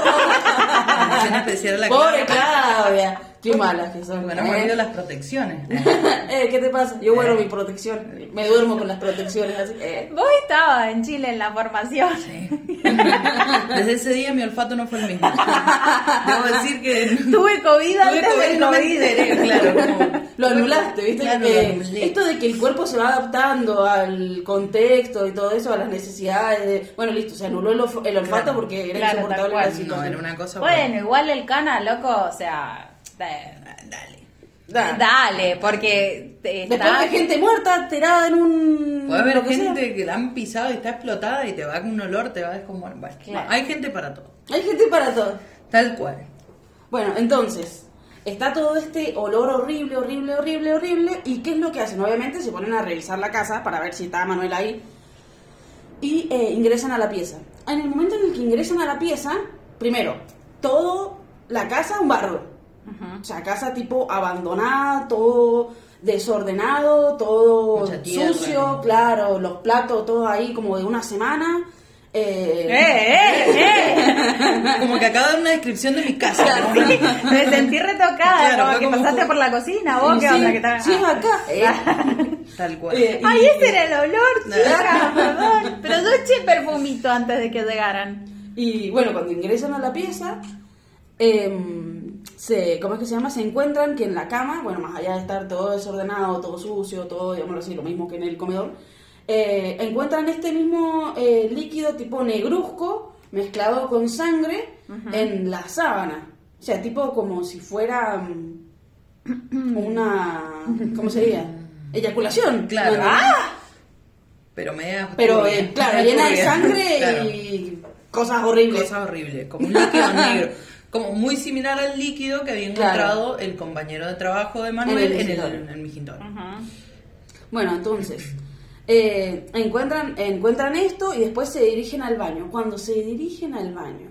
Pobre Claudia, qué malas que son. Bueno, hemos ido las protecciones. ¿Qué te pasa? Yo mi protección, me duermo con las protecciones, así. Vos estabas en Chile en la formación. Sí. Desde ese día mi olfato no fue el mismo. Debo decir que... Tuve COVID antes del COVID. Claro, lo anulaste, ¿viste? Claro, esto de que el cuerpo se va adaptando al contexto y todo eso, a las necesidades. Bueno, listo, se anuló el olfato porque era insoportable la situación. No, era una cosa... Bueno, igual el cana, loco, o sea... Dale, porque... Después de gente muerta tirada en un... Puede haber gente que la han pisado y está explotada y te va con un olor, te va a descomponer. Bueno, claro. Hay gente para todo. Hay gente para todo. Tal cual. Bueno, entonces, está todo este olor horrible, horrible, horrible, horrible. ¿Y qué es lo que hacen? Obviamente se ponen a revisar la casa para ver si está Manuel ahí. Y ingresan a la pieza. En el momento en el que ingresan a la pieza, primero, todo la casa un barro. O sea, casa tipo abandonada, todo desordenado, todo sucio, claro, los platos todos ahí como de una semana. Como que acaba de dar una descripción de mi casa. Claro, sí, me sentí retocada, claro, como que pasaste por la cocina, vos, ¿qué onda? Sí, es acá. Tal cual. Ay, ese era el olor, chica, perdón. Pero yo eché perfumito antes de que llegaran. Y bueno, cuando ingresan a la pieza... ¿cómo es que se llama? Se encuentran que en la cama, bueno, más allá de estar todo desordenado, todo sucio, todo, digámoslo así, lo mismo que en el comedor, encuentran este mismo líquido tipo negruzco mezclado con sangre en la sábana. O sea, tipo como si fuera una... ¿Cómo sería? Eyaculación. Claro. Pero claro, llena de sangre y cosas horribles. Cosas horribles, como un líquido negro. Como muy similar al líquido que había encontrado el compañero de trabajo de Manuel en el migitorio. Bueno, entonces, encuentran esto y después se dirigen al baño. Cuando se dirigen al baño,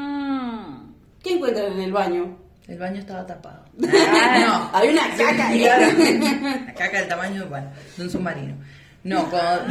¿qué encuentran en el baño? El baño estaba tapado. No, había una caca ahí. Una caca del tamaño de un submarino. No, cuando...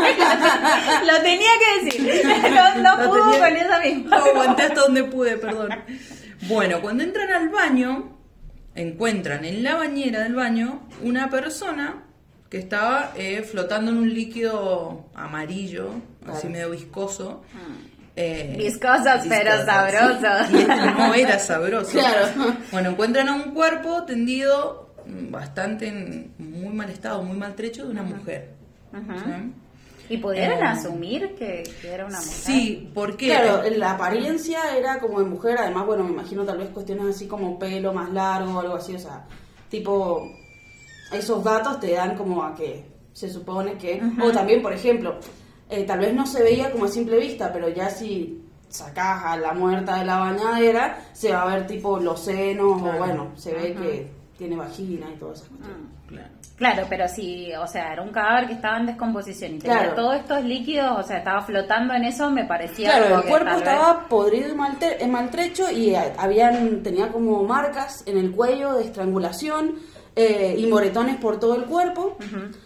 Lo tenía que decir. No pudo con esa misma. No, aguanté hasta donde pude, perdón. Bueno, cuando entran al baño, encuentran en la bañera del baño una persona que estaba flotando en un líquido amarillo, así medio viscoso. Viscosos, pero sabrosos. Y no era sabroso. Claro. Bueno, encuentran a un cuerpo tendido bastante en muy mal estado, muy maltrecho de una mujer. ¿Sí? ¿Y pudieron asumir que era una mujer? Sí, porque... Claro, la apariencia era como de mujer, además, bueno, me imagino tal vez cuestiones así como pelo más largo o algo así, o sea, tipo, esos datos te dan como a que se supone que... O también, por ejemplo, tal vez no se veía como a simple vista, pero ya si sacás a la muerta de la bañadera, se va a ver tipo los senos, o bueno, se ve que tiene vagina y todas esas cuestiones. Claro, pero sí, o sea, era un cadáver que estaba en descomposición y tenía todos estos líquidos, o sea, estaba flotando en eso, me parecía... Claro, el cuerpo estaba podrido y maltrecho y tenía como marcas en el cuello de estrangulación y moretones por todo el cuerpo.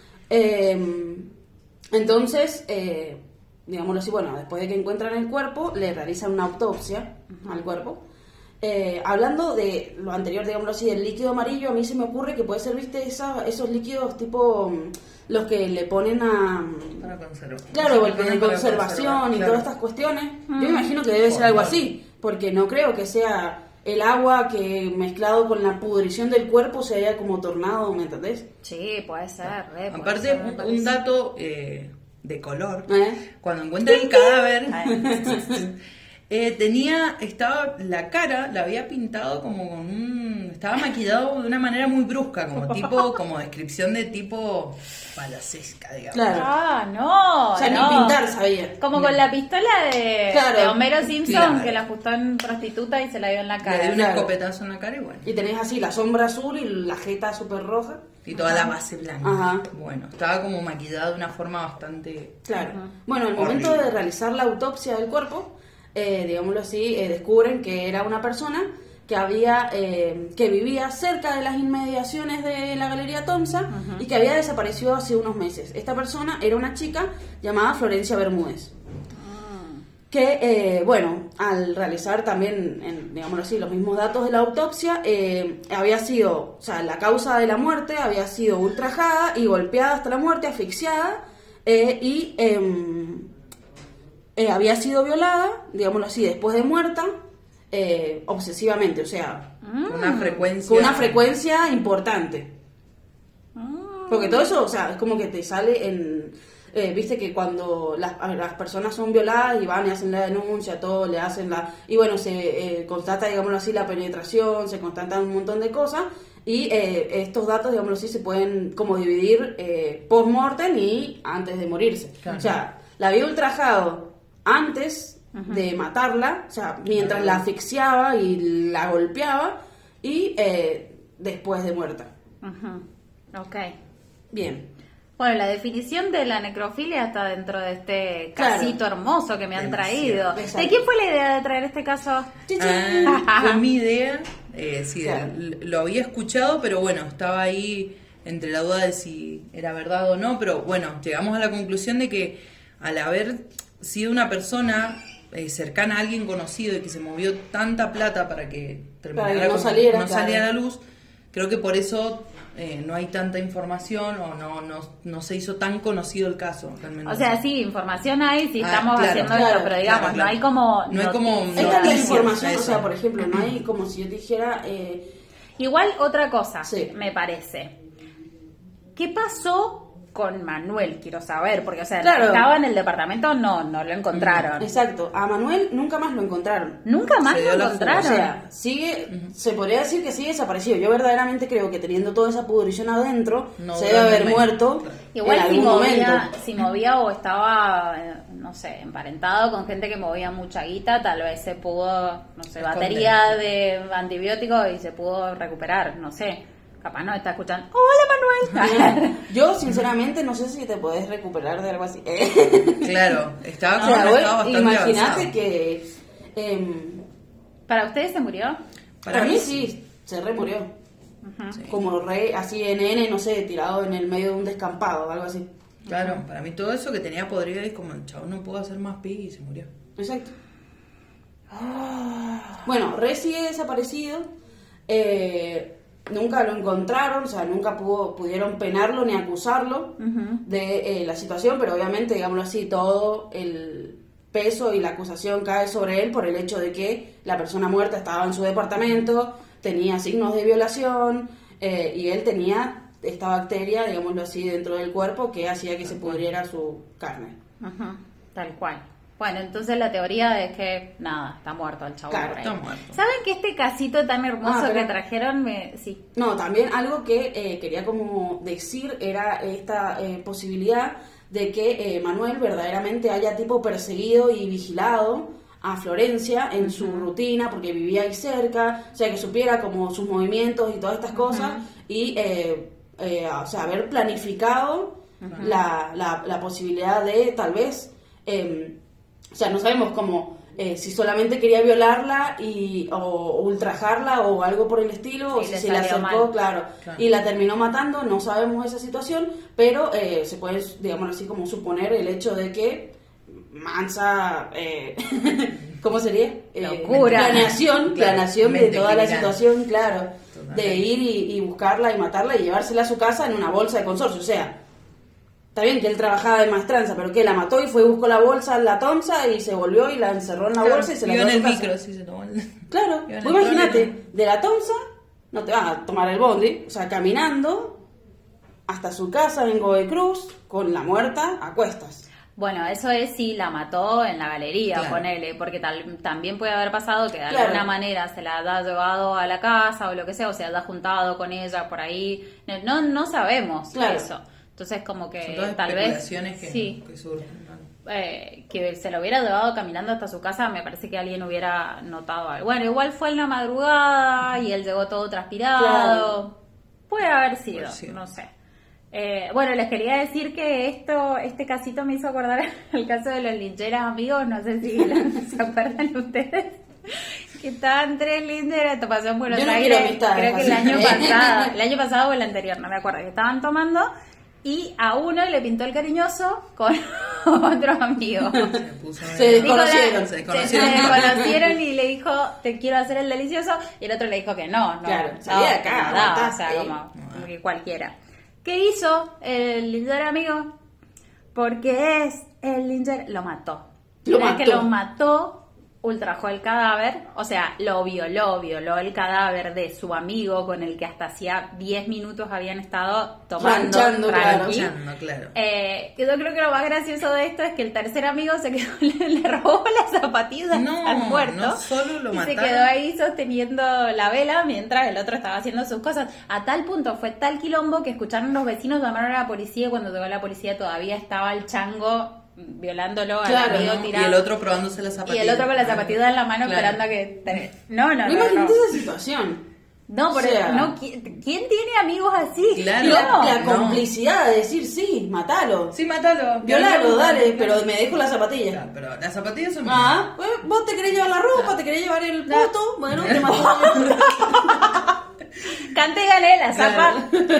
Entonces, digámoslo así, bueno, después de que encuentran el cuerpo, le realizan una autopsia al cuerpo hablando de lo anterior, digámoslo así, del líquido amarillo, a mí se me ocurre que puede ser, ¿viste? Esos líquidos tipo los que le ponen a... Para conservar. Claro, Sí, el de para conservación y claro. todas estas cuestiones. Yo me imagino que debe ser algo así, porque no creo que sea el agua que mezclado con la pudrición del cuerpo se haya como tornado, ¿me entendés? Sí, puede ser. Puede Aparte, ser, me parece. un dato de color. ¿Eh? Cuando encuentran el cadáver, estaba la cara, la había pintado como con estaba maquillado de una manera muy brusca, como descripción de tipo palacesca, digamos. Claro. Ah, no. O sea, no. ni pintar sabía. Como con la pistola de, Claro. de Homero Simpson, Claro. que la ajustó en prostituta y se la dio en la Le cara. dio un Claro. escopetazo en la cara y bueno. Y tenés así la sombra azul y la jeta súper roja. Y toda la base blanca. Ajá. Bueno, estaba como maquillada de una forma bastante... Claro. Bueno, al momento de realizar la autopsia del cuerpo, digámoslo así, descubren que era una persona que vivía cerca de las inmediaciones de la Galería Thompson y que había desaparecido hace unos meses. Esta persona era una chica llamada Florencia Bermúdez. Que, al realizar también, digámoslo así, los mismos datos de la autopsia, había sido, o sea, la causa de la muerte había sido ultrajada y golpeada hasta la muerte, asfixiada, había sido violada, digámoslo así, después de muerta, obsesivamente, o sea, Con una con una frecuencia importante. Porque todo eso, o sea, es como que te sale en... viste que cuando las personas son violadas y van y hacen la denuncia, todo, le hacen la... Y bueno, se constata, digámoslo así, la penetración, se constatan un montón de cosas y estos datos, digámoslo así, se pueden como dividir post-mortem y antes de morirse. Claro. O sea, la había ultrajado antes de matarla, o sea, mientras la asfixiaba y la golpeaba y después de muerta. Ok. Bien. Bueno, la definición de la necrofilia está dentro de este Claro. casito hermoso que me han traído. Exacto. ¿De quién fue la idea de traer este caso? Fue mi idea, sí, Claro. lo había escuchado, pero bueno, estaba ahí entre la duda de si era verdad o no, pero bueno, llegamos a la conclusión de que al haber sido una persona cercana a alguien conocido y que se movió tanta plata para que terminara Para que no como- saliera, no claro. saliera a la luz, creo que por eso no hay tanta información o no se hizo tan conocido el caso realmente. O sea, sí, información hay, sí Ah, estamos claro, haciendo claro, esto, pero digamos, claro. no hay como... No hay como noticia. Esta es la Noticias, información, o eso. sea, por ejemplo, no hay como si yo te dijera... Igual otra cosa, Sí. me parece. ¿Qué pasó con Manuel? Quiero saber, porque, o sea, Claro. estaba en el departamento, no lo encontraron. Exacto, a Manuel nunca más lo encontraron. Nunca más Se lo dio la O encontraron. sea, se podría decir que sigue desaparecido. Yo verdaderamente creo que teniendo toda esa pudrición adentro, No se debe haber durante un mes. muerto Claro. Igual en si algún movía, momento. si movía o estaba, no sé, emparentado con gente que movía mucha guita, tal vez se pudo, no sé, batería de antibióticos y se pudo recuperar, no sé. Capaz no está escuchando, ¡hola Manuel! Yo, sinceramente, no sé si te podés recuperar de algo así. Claro, estaba O como sea, en un vos estado bastante imagínate avanzado. que... ¿Para ustedes se murió? para mí sí, se remurió. Sí. Como re, así NN, no sé, tirado en el medio de un descampado o algo así. Claro, para mí todo eso que tenía podrido es como el chavo no pudo hacer más pis y se murió. Exacto. Bueno, Re sigue desaparecido. Nunca lo encontraron, o sea, nunca pudieron penarlo ni acusarlo de la situación, pero obviamente, digámoslo así, todo el peso y la acusación cae sobre él por el hecho de que la persona muerta estaba en su departamento, tenía signos de violación y él tenía esta bacteria, digámoslo así, dentro del cuerpo que hacía que se pudriera su carne. Ajá, tal cual. Bueno, entonces la teoría es que, nada, está muerto el chavo Claro, por ahí. está muerto. ¿Saben que este casito tan hermoso pero- que trajeron, sí, No, también algo que quería como decir era esta posibilidad de que Manuel verdaderamente haya tipo perseguido y vigilado a Florencia en su rutina porque vivía ahí cerca, o sea, que supiera como sus movimientos y todas estas cosas y, o sea, haber planificado la posibilidad de tal vez, o sea, no sabemos cómo... si solamente quería violarla o ultrajarla o algo por el estilo, Sí, o si le se le salió acercó, mal. claro, Claro. y la terminó matando, no sabemos esa situación, pero se puede, digamos así, como suponer el hecho de que Mansa ¿Cómo sería? Locura. Planeación de mente toda la criminal. situación, claro. Totalmente. De ir y buscarla y matarla y llevársela a su casa en una bolsa de consorcio. O sea, está bien que él trabajaba de maestranza, pero que la mató y fue y buscó la bolsa, la tonza y se volvió y la encerró en la bolsa y se la Iba llevó en a el su casa. micro, sí, se tomó el... Claro, Iba en vos el imagínate, trolebús. de la tonza no te vas a tomar el bondi, o sea, caminando hasta su casa en Godoy Cruz con la muerta a cuestas. Bueno, eso es si la mató en la galería, Claro. ponele, porque también puede haber pasado que de Claro. alguna manera se la haya llevado a la casa o lo que sea, o se haya juntado con ella por ahí. No sabemos Claro. eso. Entonces, como que Son todas tal vez especulaciones que, sí, que surgen, ¿no? que se lo hubiera llevado caminando hasta su casa, me parece que alguien hubiera notado algo. Bueno, igual fue en la madrugada y él llegó todo transpirado. Claro. Puede haber sido, Puede ser. no sé. Bueno, les quería decir que este casito me hizo acordar el caso de los lincheras amigos, no sé si se acuerdan ustedes, que estaban 3 lincheras, esto pasó en Buenos Yo no Aires, quiero amistades, creo que el así. año pasado o el anterior, no me acuerdo, que estaban tomando y a uno le pintó el cariñoso con otro amigo. Se puso Se medio- desconocieron. Se Se conocieron. desconocieron y le dijo, te quiero hacer el delicioso, y el otro le dijo que no, Claro, salí de acá, no, aguantá, o sea, ¿eh? como que cualquiera. ¿Qué hizo el lincher amigo? Porque el lincher lo mató. Lo Una vez que mató. lo mató, ultrajó el cadáver, o sea, lo violó el cadáver de su amigo con el que hasta hacía 10 minutos habían estado tomando Ranchando, claro. tranqui. Ranchando, claro. Que yo creo que lo más gracioso de esto es que el tercer amigo se quedó, le robó las zapatillas No, al muerto no solo lo y se mataron. quedó ahí sosteniendo la vela mientras el otro estaba haciendo sus cosas. A tal punto fue tal quilombo que escucharon los vecinos, llamaron a la policía y cuando llegó la policía todavía estaba el chango violándolo al Claro, amigo ¿no? Y tirado. el otro probándose las Y zapatillas. el otro con la zapatilla en la mano Claro. esperando a que... No. Imagínate esa situación. No, O pero sea, no, ¿quién tiene amigos así? Claro. Y No. la No. complicidad de decir, sí, matalo. Sí, matalo. Violalo, dale, pero me dejo la zapatilla. Claro, pero las zapatillas son mías. Ah, pues, vos te querés llevar la ropa, te querés llevar el puto, bueno, te mato yo. Cante y gané la zapa.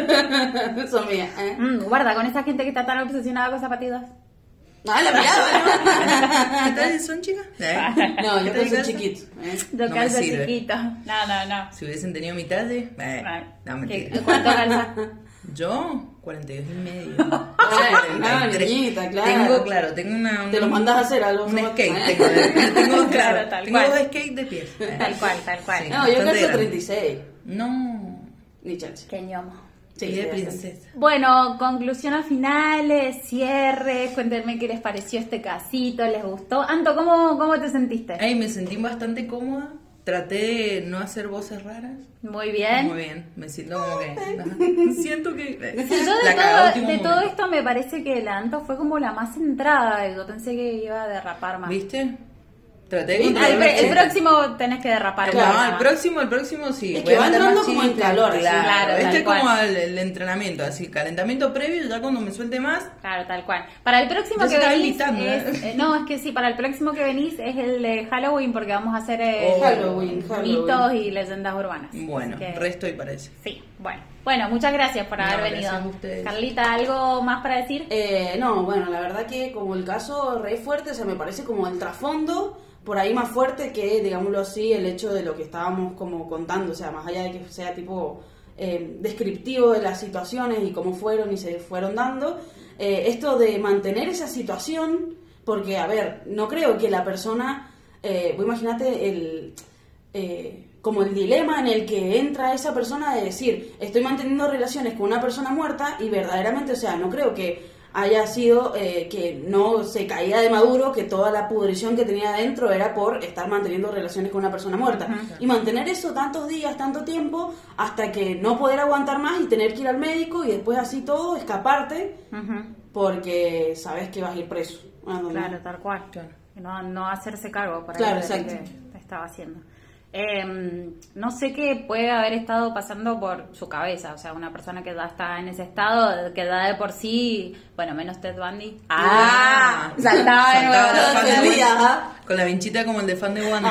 Son mías, ¿eh? Guarda con esa gente que está tan obsesionada con zapatillas. Ah, la mirada, ¿Qué tal son, chicas? No, yo ¿Qué tal soy calza? chiquito. ¿eh? Yo No me calzo sirve. chiquito. No. Si hubiesen tenido mi talle, no, mentira. ¿Cuánto calza? Yo, 42 y medio. Ah, niñita, claro. Tengo una... Te lo mandas a hacer algo. Un ¿no? skate, ¿eh? tengo Claro, tal tengo cual. 2 skates de pies. Tal cual. Sí. No, yo Bastante calzo grande. 36. No, Ni chance. Qué ñomo. Sí, y de sí, princesa. Bueno, conclusiones finales, cierres, cuéntenme qué les pareció este casito, ¿les gustó? Anto, ¿cómo te sentiste? Ay, me sentí bastante cómoda. Traté de no hacer voces raras. Muy bien. Muy bien, me siento como que... siento que... Sí, yo la cagué a último de todo momento. esto me parece que la Anto fue como la más centrada. Yo pensé que iba a derrapar más. ¿Iste? Traté de ¿Viste? controlar El los chistes. próximo tenés que derrapar. Claro, un poco No, más. el próximo sí. Es voy que a va meter más entrando como en chistes, calor, así. Claro, este tal es como cual. el entrenamiento, así, calentamiento previo, ya cuando me suelte más, Claro, tal cual. Para el próximo Ya que se está venís habilitando, es, no, es que sí, para el próximo que venís es el de Halloween porque vamos a hacer Halloween. mitos y leyendas urbanas. bueno, Así que, resto y parece. sí, bueno, muchas gracias por No, haber gracias venido. a ustedes. Carlita, ¿algo más para decir? No, bueno, la verdad que como el caso re fuerte, o sea, me parece como el trasfondo por ahí más fuerte que, digámoslo así, el hecho de lo que estábamos como contando, o sea, más allá de que sea tipo descriptivo de las situaciones y cómo fueron y se fueron dando, esto de mantener esa situación, porque, a ver, no creo que la persona, vos imagínate como el dilema en el que entra esa persona de decir, estoy manteniendo relaciones con una persona muerta y verdaderamente, o sea, no creo que haya sido que no se caía de maduro, que toda la pudrición que tenía adentro era por estar manteniendo relaciones con una persona muerta. Y mantener eso tantos días, tanto tiempo, hasta que no poder aguantar más y tener que ir al médico y después así todo, escaparte, porque sabes que vas a ir preso. Claro, tal cual. Claro. No hacerse cargo por Claro, ahí de lo exacto. que estaba haciendo. No sé qué puede haber estado pasando por su cabeza, o sea, una persona que ya está en ese estado, que ya de por sí, bueno, menos Ted Bundy. Ah, Saltaba de nuevo. la Todo fan de entendía, Wanda, ajá. con la vinchita como el de fan de Wanda.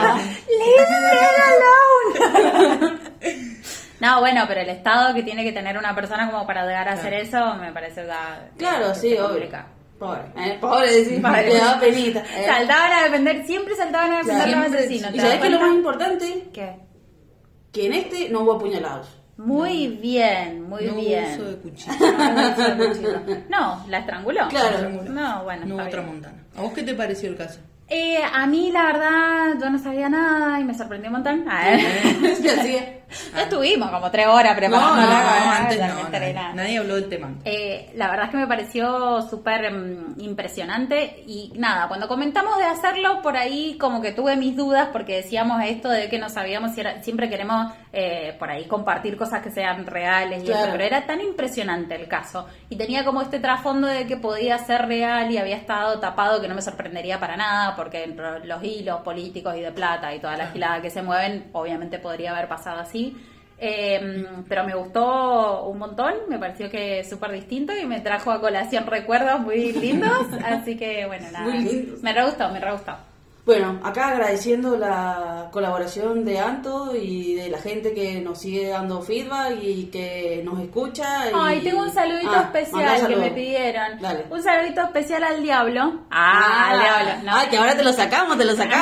Leave me alone. No, bueno, pero el estado que tiene que tener una persona como para llegar a hacer eso, me parece ya Claro, que sí, se obvio. complica. Pobre, decís, Pobre. le da penita. Saltaban a defender, siempre saltaban a defender Claro. a los asesinos. ¿Y ¿te sabés das qué es lo cuenta? más importante? ¿Qué? Que en este no hubo apuñalados. Muy bien, muy No hubo bien. uso de cuchillo. No, uso de cuchillo. No, la estranguló. Claro. No, bueno. No hubo está otra bien. montana. ¿A vos qué te pareció el caso? A mí, la verdad, yo no sabía nada y me sorprendió un montón. Y así es. Ya estuvimos como 3 horas preparando No, Antes la no, nadie habló del tema. La verdad es que me pareció súper impresionante y nada, cuando comentamos de hacerlo por ahí como que tuve mis dudas porque decíamos esto de que no sabíamos si era, siempre queremos por ahí compartir cosas que sean reales y Claro. eso, pero era tan impresionante el caso y tenía como este trasfondo de que podía ser real y había estado tapado que no me sorprendería para nada porque los hilos políticos y de plata y toda la gilada que se mueven obviamente podría haber pasado así. Pero me gustó un montón, me pareció que súper distinto y me trajo a colación recuerdos muy lindos, así que bueno, nada, Muy lindos. me re gustó. Bueno, acá agradeciendo la colaboración de Anto y de la gente que nos sigue dando feedback y que nos escucha. Ay, tengo un saludito mandá especial que saludo. me pidieron. Dale. Un saludito especial al Diablo. Al Diablo, ¿no? Ay, que ahora te lo sacamos.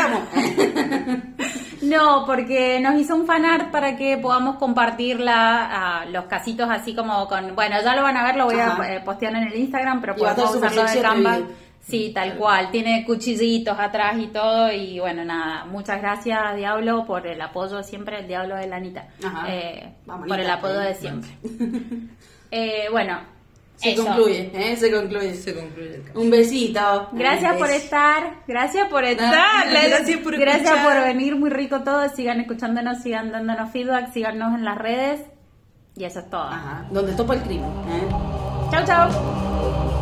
No, porque nos hizo un fanart para que podamos compartirla, los casitos así como con... Bueno, ya lo van a ver, lo voy Ajá. a postear en el Instagram, pero Y va a estar podemos súper usarlo de sexy este Canva. video. Sí, tal cual. Tiene cuchillitos atrás y todo. Y bueno, nada. Muchas gracias, Diablo, por el apoyo siempre. El Diablo de la Anita. Ajá. Por Vamos, el Anita. apoyo de siempre. Bueno, Se eso. concluye, se concluye. Se concluye el caso. Un besito. Gracias Un por beso. estar. Gracias por estar. Gracias por Gracias escuchar. por venir. Muy rico todo. Sigan escuchándonos, sigan dándonos feedback, síganos en las redes. Y eso es todo. Ajá, donde topa el crimen. Chau, chau.